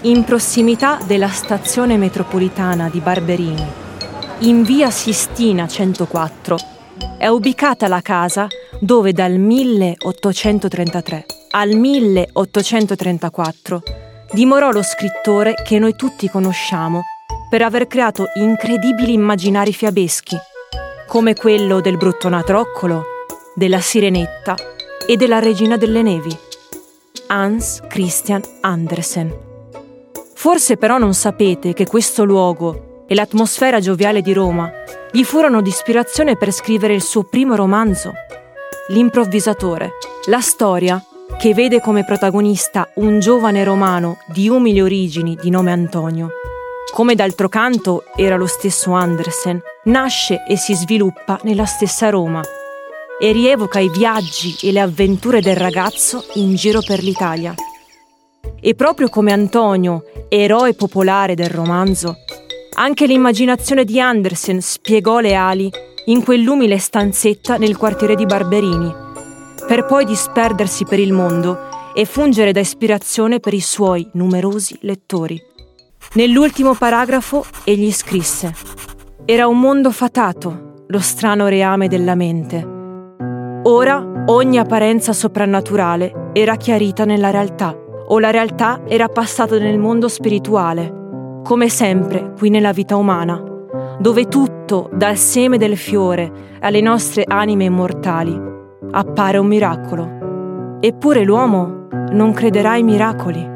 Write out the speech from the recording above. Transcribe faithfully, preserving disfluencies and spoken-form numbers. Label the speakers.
Speaker 1: in prossimità della stazione metropolitana di Barberini, in via Sistina centoquattro, è ubicata la casa dove dal milleottocentotrentatré al milleottocentotrentaquattro dimorò lo scrittore che noi tutti conosciamo per aver creato incredibili immaginari fiabeschi, come quello del Bruttonatroccolo, della Sirenetta e della Regina delle Nevi, Hans Christian Andersen. Forse però non sapete che questo luogo e l'atmosfera gioviale di Roma gli furono di ispirazione per scrivere il suo primo romanzo, L'improvvisatore, la storia che vede come protagonista un giovane romano di umili origini di nome Antonio. Come d'altro canto era lo stesso Andersen, nasce e si sviluppa nella stessa Roma e rievoca i viaggi e le avventure del ragazzo in giro per l'Italia. E proprio come Antonio, eroe popolare del romanzo, anche l'immaginazione di Andersen spiegò le ali in quell'umile stanzetta nel quartiere di Barberini, per poi disperdersi per il mondo e fungere da ispirazione per i suoi numerosi lettori. Nell'ultimo paragrafo egli scrisse: «Era un mondo fatato, lo strano reame della mente. Ora ogni apparenza soprannaturale era chiarita nella realtà, o la realtà era passata nel mondo spirituale, come sempre qui nella vita umana, dove tutto, dal seme del fiore alle nostre anime immortali, appare un miracolo. Eppure l'uomo non crederà ai miracoli.